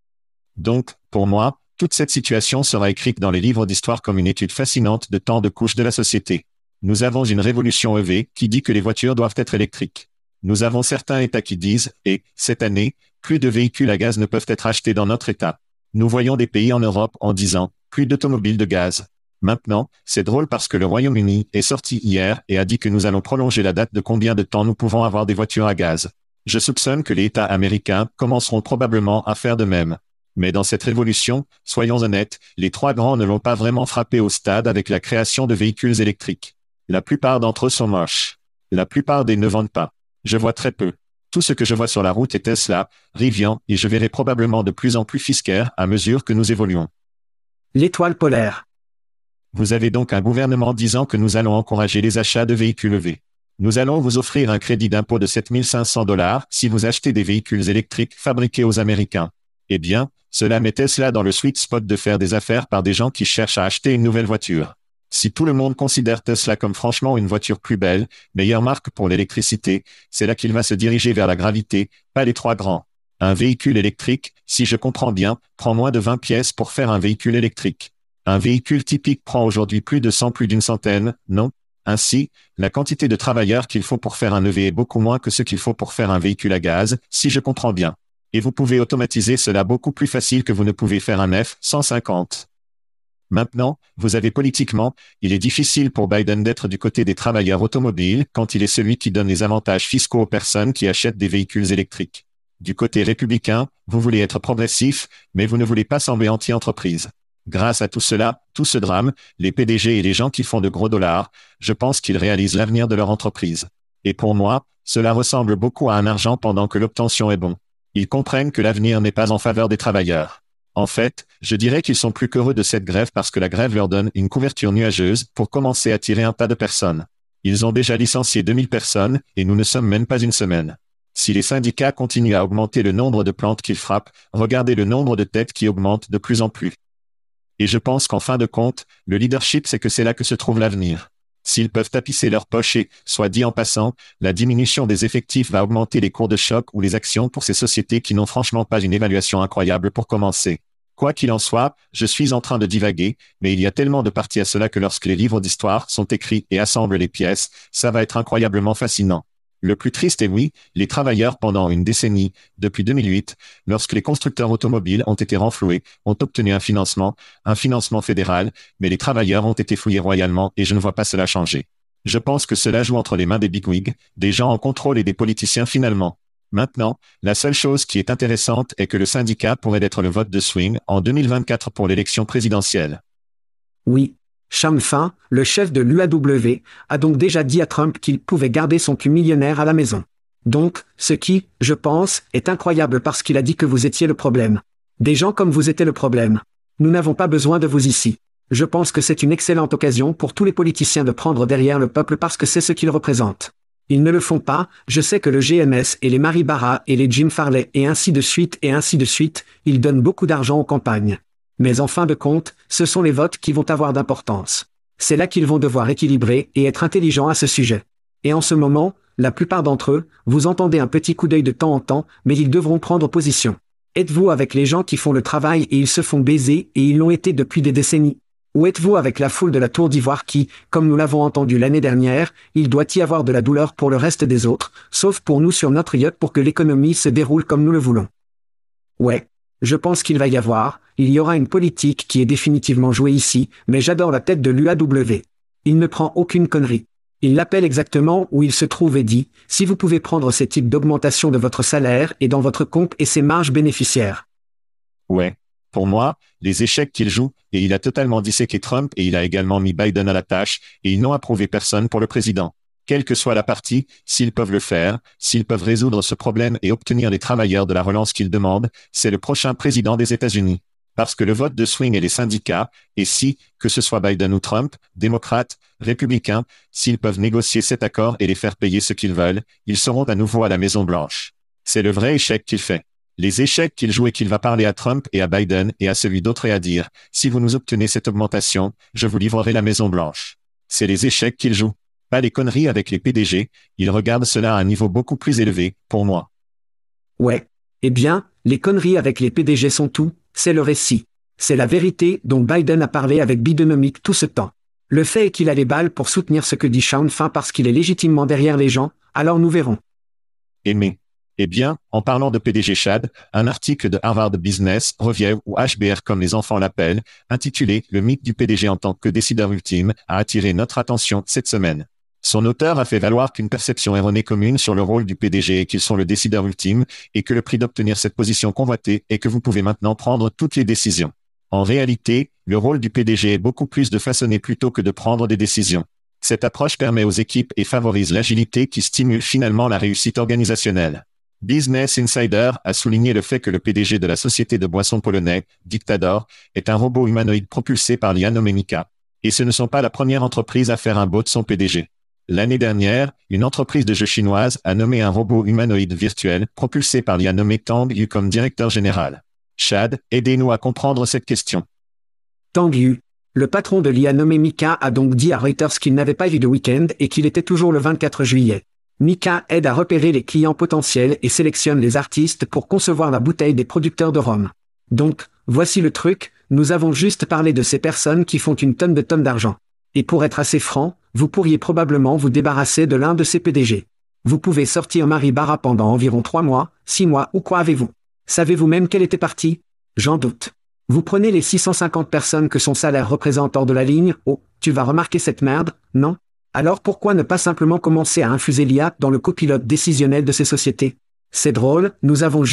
Donc, pour moi, toute cette situation sera écrite dans les livres d'histoire comme une étude fascinante de tant de couches de la société. Nous avons une révolution EV qui dit que les voitures doivent être électriques. Nous avons certains États qui disent, et, cette année, plus de véhicules à gaz ne peuvent être achetés dans notre État. Nous voyons des pays en Europe en disant, plus d'automobiles de gaz. Maintenant, c'est drôle parce que le Royaume-Uni est sorti hier et a dit que nous allons prolonger la date de combien de temps nous pouvons avoir des voitures à gaz. Je soupçonne que les États américains commenceront probablement à faire de même. Mais dans cette révolution, soyons honnêtes, les trois grands ne l'ont pas vraiment frappé au stade avec la création de véhicules électriques. La plupart d'entre eux sont moches. La plupart des ne vendent pas. Je vois très peu. Tout ce que je vois sur la route est Tesla, Rivian, et je verrai probablement de plus en plus Fisker à mesure que nous évoluons. L'étoile polaire. Vous avez donc un gouvernement disant que nous allons encourager les achats de véhicules EV. Nous allons vous offrir un crédit d'impôt de 7 500 dollars si vous achetez des véhicules électriques fabriqués aux Américains. Eh bien, cela met Tesla dans le sweet spot de faire des affaires par des gens qui cherchent à acheter une nouvelle voiture. Si tout le monde considère Tesla comme franchement une voiture plus belle, meilleure marque pour l'électricité, c'est là qu'il va se diriger vers la gravité, pas les trois grands. Un véhicule électrique, si je comprends bien, prend moins de 20 pièces pour faire un véhicule électrique. Un véhicule typique prend aujourd'hui plus d'une centaine, non? Ainsi, la quantité de travailleurs qu'il faut pour faire un EV est beaucoup moins que ce qu'il faut pour faire un véhicule à gaz, si je comprends bien. Et vous pouvez automatiser cela beaucoup plus facile que vous ne pouvez faire un F-150. Maintenant, vous avez politiquement, il est difficile pour Biden d'être du côté des travailleurs automobiles quand il est celui qui donne les avantages fiscaux aux personnes qui achètent des véhicules électriques. Du côté républicain, vous voulez être progressif, mais vous ne voulez pas sembler anti-entreprise. Grâce à tout cela, tout ce drame, les PDG et les gens qui font de gros dollars, je pense qu'ils réalisent l'avenir de leur entreprise. Et pour moi, cela ressemble beaucoup à un argent pendant que l'obtention est bon. Ils comprennent que l'avenir n'est pas en faveur des travailleurs. En fait, je dirais qu'ils sont plus qu'heureux de cette grève parce que la grève leur donne une couverture nuageuse pour commencer à tirer un tas de personnes. Ils ont déjà licencié 2000 personnes et nous ne sommes même pas une semaine. Si les syndicats continuent à augmenter le nombre de plantes qu'ils frappent, regardez le nombre de têtes qui augmente de plus en plus. Et je pense qu'en fin de compte, le leadership c'est que c'est là que se trouve l'avenir. S'ils peuvent tapisser leurs poches et, soit dit en passant, la diminution des effectifs va augmenter les cours de choc ou les actions pour ces sociétés qui n'ont franchement pas une évaluation incroyable pour commencer. Quoi qu'il en soit, je suis en train de divaguer, mais il y a tellement de parties à cela que lorsque les livres d'histoire sont écrits et assemblent les pièces, ça va être incroyablement fascinant. Le plus triste est oui, les travailleurs pendant une décennie, depuis 2008, lorsque les constructeurs automobiles ont été renfloués, ont obtenu un financement fédéral, mais les travailleurs ont été fouillés royalement et je ne vois pas cela changer. Je pense que cela joue entre les mains des bigwigs, des gens en contrôle et des politiciens finalement. Maintenant, la seule chose qui est intéressante est que le syndicat pourrait être le vote de swing en 2024 pour l'élection présidentielle. Oui. Sean Fin, le chef de l'UAW, a donc déjà dit à Trump qu'il pouvait garder son cul millionnaire à la maison. Donc, ce qui, je pense, est incroyable parce qu'il a dit que vous étiez le problème. Des gens comme vous étaient le problème. Nous n'avons pas besoin de vous ici. Je pense que c'est une excellente occasion pour tous les politiciens de prendre derrière le peuple parce que c'est ce qu'ils représentent. Ils ne le font pas, je sais que le GMS et les Mary Barra et les Jim Farley et ainsi de suite, ils donnent beaucoup d'argent aux campagnes. Mais en fin de compte, ce sont les votes qui vont avoir d'importance. C'est là qu'ils vont devoir équilibrer et être intelligents à ce sujet. Et en ce moment, la plupart d'entre eux, vous entendez un petit coup d'œil de temps en temps, mais ils devront prendre position. Êtes-vous avec les gens qui font le travail et ils se font baiser et ils l'ont été depuis des décennies? Ou êtes-vous avec la foule de la Tour d'Ivoire qui, comme nous l'avons entendu l'année dernière, il doit y avoir de la douleur pour le reste des autres, sauf pour nous sur notre yacht pour que l'économie se déroule comme nous le voulons? Ouais. Je pense qu'il il y aura une politique qui est définitivement jouée ici, mais j'adore la tête de l'UAW. Il ne prend aucune connerie. Il l'appelle exactement où il se trouve et dit, si vous pouvez prendre ces types d'augmentation de votre salaire et dans votre compte et ses marges bénéficiaires. Ouais. Pour moi, les échecs qu'il joue, et il a totalement disséqué Trump et il a également mis Biden à la tâche, et ils n'ont approuvé personne pour le président. Quelle que soit la partie, s'ils peuvent le faire, s'ils peuvent résoudre ce problème et obtenir les travailleurs de la relance qu'ils demandent, c'est le prochain président des États-Unis. Parce que le vote de swing et les syndicats, et si, que ce soit Biden ou Trump, démocrates, républicains, s'ils peuvent négocier cet accord et les faire payer ce qu'ils veulent, ils seront à nouveau à la Maison-Blanche. C'est le vrai échec qu'il fait. Les échecs qu'il joue et qu'il va parler à Trump et à Biden et à celui d'autre et à dire, si vous nous obtenez cette augmentation, je vous livrerai la Maison-Blanche. C'est les échecs qu'il joue. Pas les conneries avec les PDG, il regarde cela à un niveau beaucoup plus élevé, pour moi. Ouais. Eh bien, les conneries avec les PDG sont tout, c'est le récit. C'est la vérité dont Biden a parlé avec Bidenomics tout ce temps. Le fait est qu'il a les balles pour soutenir ce que dit Sean Fin parce qu'il est légitimement derrière les gens, alors nous verrons. Aimé. Eh bien, en parlant de PDG Chad, un article de Harvard Business Review ou HBR comme les enfants l'appellent, intitulé « Le mythe du PDG en tant que décideur ultime » a attiré notre attention cette semaine. Son auteur a fait valoir qu'une perception erronée commune sur le rôle du PDG est qu'ils sont le décideur ultime et que le prix d'obtenir cette position convoitée est que vous pouvez maintenant prendre toutes les décisions. En réalité, le rôle du PDG est beaucoup plus de façonner plutôt que de prendre des décisions. Cette approche permet aux équipes et favorise l'agilité qui stimule finalement la réussite organisationnelle. Business Insider a souligné le fait que le PDG de la société de boissons polonais, Dictador, est un robot humanoïde propulsé par l'IA nommé Mika. Et ce ne sont pas la première entreprise à faire un bot de son PDG. L'année dernière, une entreprise de jeux chinoise a nommé un robot humanoïde virtuel propulsé par l'IA nommé Tang Yu comme directeur général. Chad, aidez-nous à comprendre cette question. Tang Yu, le patron de l'IA nommé Mika a donc dit à Reuters qu'il n'avait pas eu de week-end et qu'il était toujours le 24 juillet. Mika aide à repérer les clients potentiels et sélectionne les artistes pour concevoir la bouteille des producteurs de rhum. Donc, voici le truc, nous avons juste parlé de ces personnes qui font une tonne d'argent. Et pour être assez franc, vous pourriez probablement vous débarrasser de l'un de ces PDG. Vous pouvez sortir Mary Barra pendant environ 3 mois, 6 mois ou quoi avez-vous? Savez-vous même qu'elle était partie? J'en doute. Vous prenez les 650 personnes que son salaire représente hors de la ligne, oh, tu vas remarquer cette merde, non? Alors pourquoi ne pas simplement commencer à infuser l'IA dans le copilote décisionnel de ces sociétés? C'est drôle, nous avons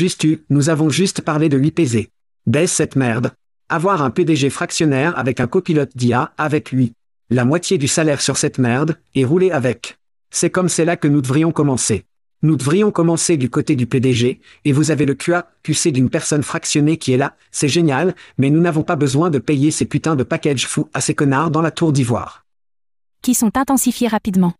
juste parlé de l'IPZ. Baisse cette merde. Avoir un PDG fractionnaire avec un copilote d'IA avec lui. La moitié du salaire sur cette merde, et rouler avec. C'est là que nous devrions commencer. Nous devrions commencer du côté du PDG, et vous avez le QC d'une personne fractionnée qui est là, c'est génial, mais nous n'avons pas besoin de payer ces putains de packages fous à ces connards dans la tour d'ivoire. Qui sont intensifiés rapidement.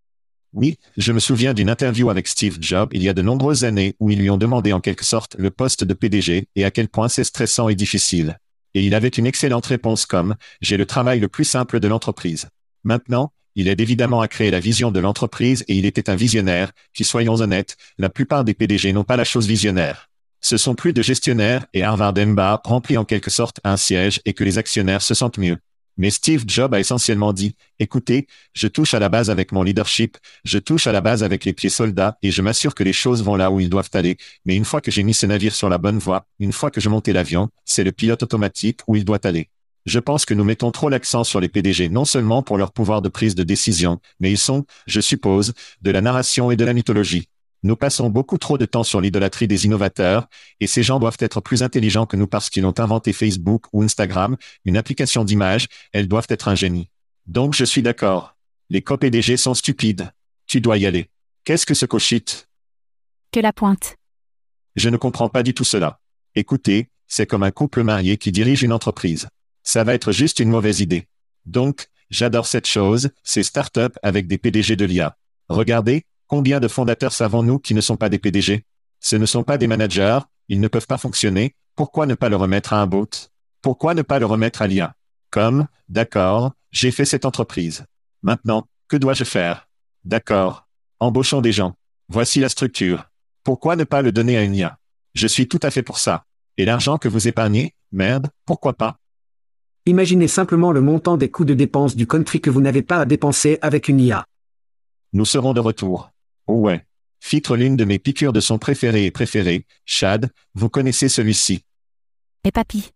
Oui, je me souviens d'une interview avec Steve Jobs il y a de nombreuses années où ils lui ont demandé en quelque sorte le poste de PDG et à quel point c'est stressant et difficile. Et il avait une excellente réponse comme « J'ai le travail le plus simple de l'entreprise ». Maintenant, il aide évidemment à créer la vision de l'entreprise et il était un visionnaire, qui soyons honnêtes, la plupart des PDG n'ont pas la chose visionnaire. Ce sont plus de gestionnaires et Harvard MBA remplit en quelque sorte un siège et que les actionnaires se sentent mieux. Mais Steve Jobs a essentiellement dit, écoutez, je touche à la base avec mon leadership, je touche à la base avec les pieds soldats et je m'assure que les choses vont là où ils doivent aller. Mais une fois que j'ai mis ce navire sur la bonne voie, une fois que je monte l'avion, c'est le pilote automatique où il doit aller. Je pense que nous mettons trop l'accent sur les PDG non seulement pour leur pouvoir de prise de décision, mais ils sont, je suppose, de la narration et de la mythologie. Nous passons beaucoup trop de temps sur l'idolâtrie des innovateurs, et ces gens doivent être plus intelligents que nous parce qu'ils ont inventé Facebook ou Instagram, une application d'image, elles doivent être un génie. Donc je suis d'accord. Les co-PDG sont stupides. Tu dois y aller. Qu'est-ce que ce co-shit? Que la pointe. Je ne comprends pas du tout cela. Écoutez, c'est comme un couple marié qui dirige une entreprise. Ça va être juste une mauvaise idée. Donc, j'adore cette chose, ces startups avec des PDG de l'IA. Regardez, combien de fondateurs savons-nous qui ne sont pas des PDG? Ce ne sont pas des managers, ils ne peuvent pas fonctionner, pourquoi ne pas le remettre à un bot? Pourquoi ne pas le remettre à l'IA? Comme, d'accord, j'ai fait cette entreprise. Maintenant, que dois-je faire? D'accord. Embauchons des gens. Voici la structure. Pourquoi ne pas le donner à une IA? Je suis tout à fait pour ça. Et l'argent que vous épargnez, merde, pourquoi pas? Imaginez simplement le montant des coûts de dépense du country que vous n'avez pas à dépenser avec une IA. Nous serons de retour. Oh ouais. Filtre l'une de mes piqûres de son préféré. Chad, vous connaissez celui-ci. Et papy.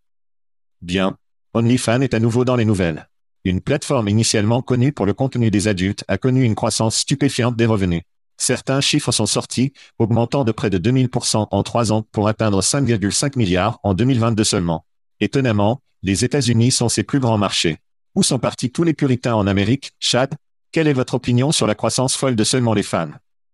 Bien. OnlyFans est à nouveau dans les nouvelles. Une plateforme initialement connue pour le contenu des adultes a connu une croissance stupéfiante des revenus. Certains chiffres sont sortis, augmentant de près de 2000% en 3 ans pour atteindre 5,5 milliards en 2022 seulement. Étonnamment, les États-Unis sont ses plus grands marchés. Où sont partis tous les puritains en Amérique, Chad? Quelle est votre opinion sur la croissance folle de seulement les fans?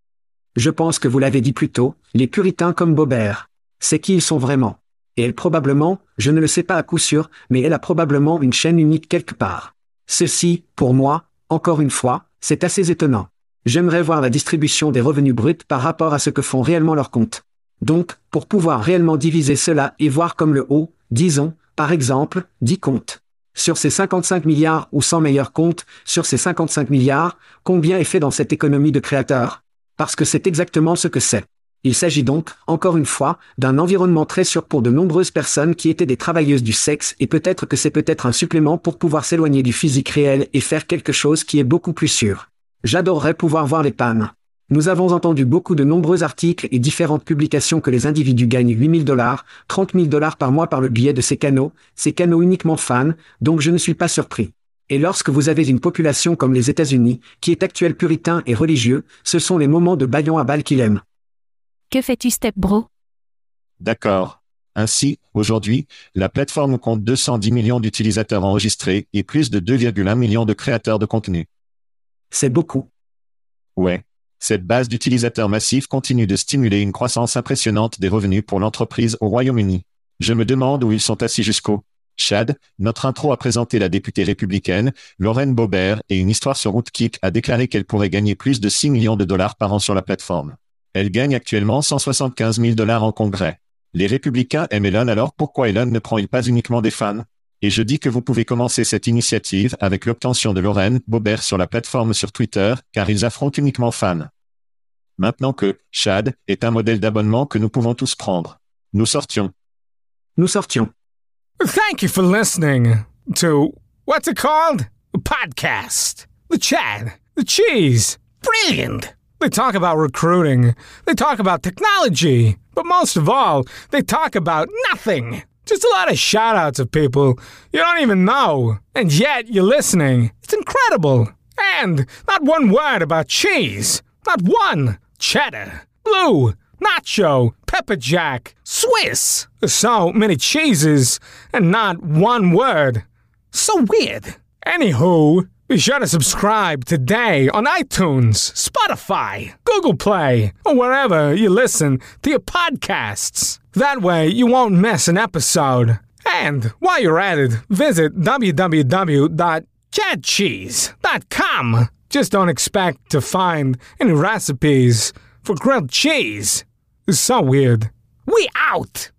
Je pense que vous l'avez dit plus tôt, les puritains comme Bobert. C'est qui ils sont vraiment. Et elle probablement, je ne le sais pas à coup sûr, mais elle a probablement une chaîne unique quelque part. Ceci, pour moi, encore une fois, c'est assez étonnant. J'aimerais voir la distribution des revenus bruts par rapport à ce que font réellement leurs comptes. Donc, pour pouvoir réellement diviser cela et voir comme le haut, disons, par exemple, 10 comptes. Sur ces 55 milliards ou 100 meilleurs comptes, sur ces 55 milliards, combien est fait dans cette économie de créateurs? Parce que c'est exactement ce que c'est. Il s'agit donc, encore une fois, d'un environnement très sûr pour de nombreuses personnes qui étaient des travailleuses du sexe et peut-être que c'est peut-être un supplément pour pouvoir s'éloigner du physique réel et faire quelque chose qui est beaucoup plus sûr. J'adorerais pouvoir voir les pannes. Nous avons entendu beaucoup de nombreux articles et différentes publications que les individus gagnent $8 000, $30 000 par mois par le biais de ces canaux uniquement fans, donc je ne suis pas surpris. Et lorsque vous avez une population comme les États-Unis, qui est actuelle puritain et religieux, ce sont les moments de bâillon à balles qu'il aime. Que fais-tu, Step Bro? D'accord. Ainsi, aujourd'hui, la plateforme compte 210 millions d'utilisateurs enregistrés et plus de 2,1 millions de créateurs de contenu. C'est beaucoup. Ouais. Cette base d'utilisateurs massifs continue de stimuler une croissance impressionnante des revenus pour l'entreprise au Royaume-Uni. Je me demande où ils sont assis jusqu'au. Chad, notre intro a présenté la députée républicaine, Lauren Boebert, et une histoire sur Rootkit a déclaré qu'elle pourrait gagner plus de 6 millions de dollars par an sur la plateforme. Elle gagne actuellement 175 000 $ en congrès. Les républicains aiment Elon, alors pourquoi Elon ne prend-il pas uniquement des fans? Et je dis que vous pouvez commencer cette initiative avec l'obtention de Lauren Boebert sur la plateforme sur Twitter, car ils affrontent uniquement fans. Maintenant que Chad est un modèle d'abonnement que nous pouvons tous prendre. Nous sortions. Thank you for listening to, what's it called? A podcast. The Chad. The Cheese. Brilliant. They talk about recruiting. They talk about technology. But most of all, they talk about nothing. Just a lot of shout-outs of people you don't even know. And yet you're listening. It's incredible. And not one word about cheese. Not one. Cheddar. Blue. Nacho. Pepper Jack. Swiss. So many cheeses and not one word. So weird. Anywho, be sure to subscribe today on iTunes, Spotify, Google Play, or wherever you listen to your podcasts. That way you won't miss an episode. And while you're at it, visit www.chadcheese.com. Just don't expect to find any recipes for grilled cheese. It's so weird. We out!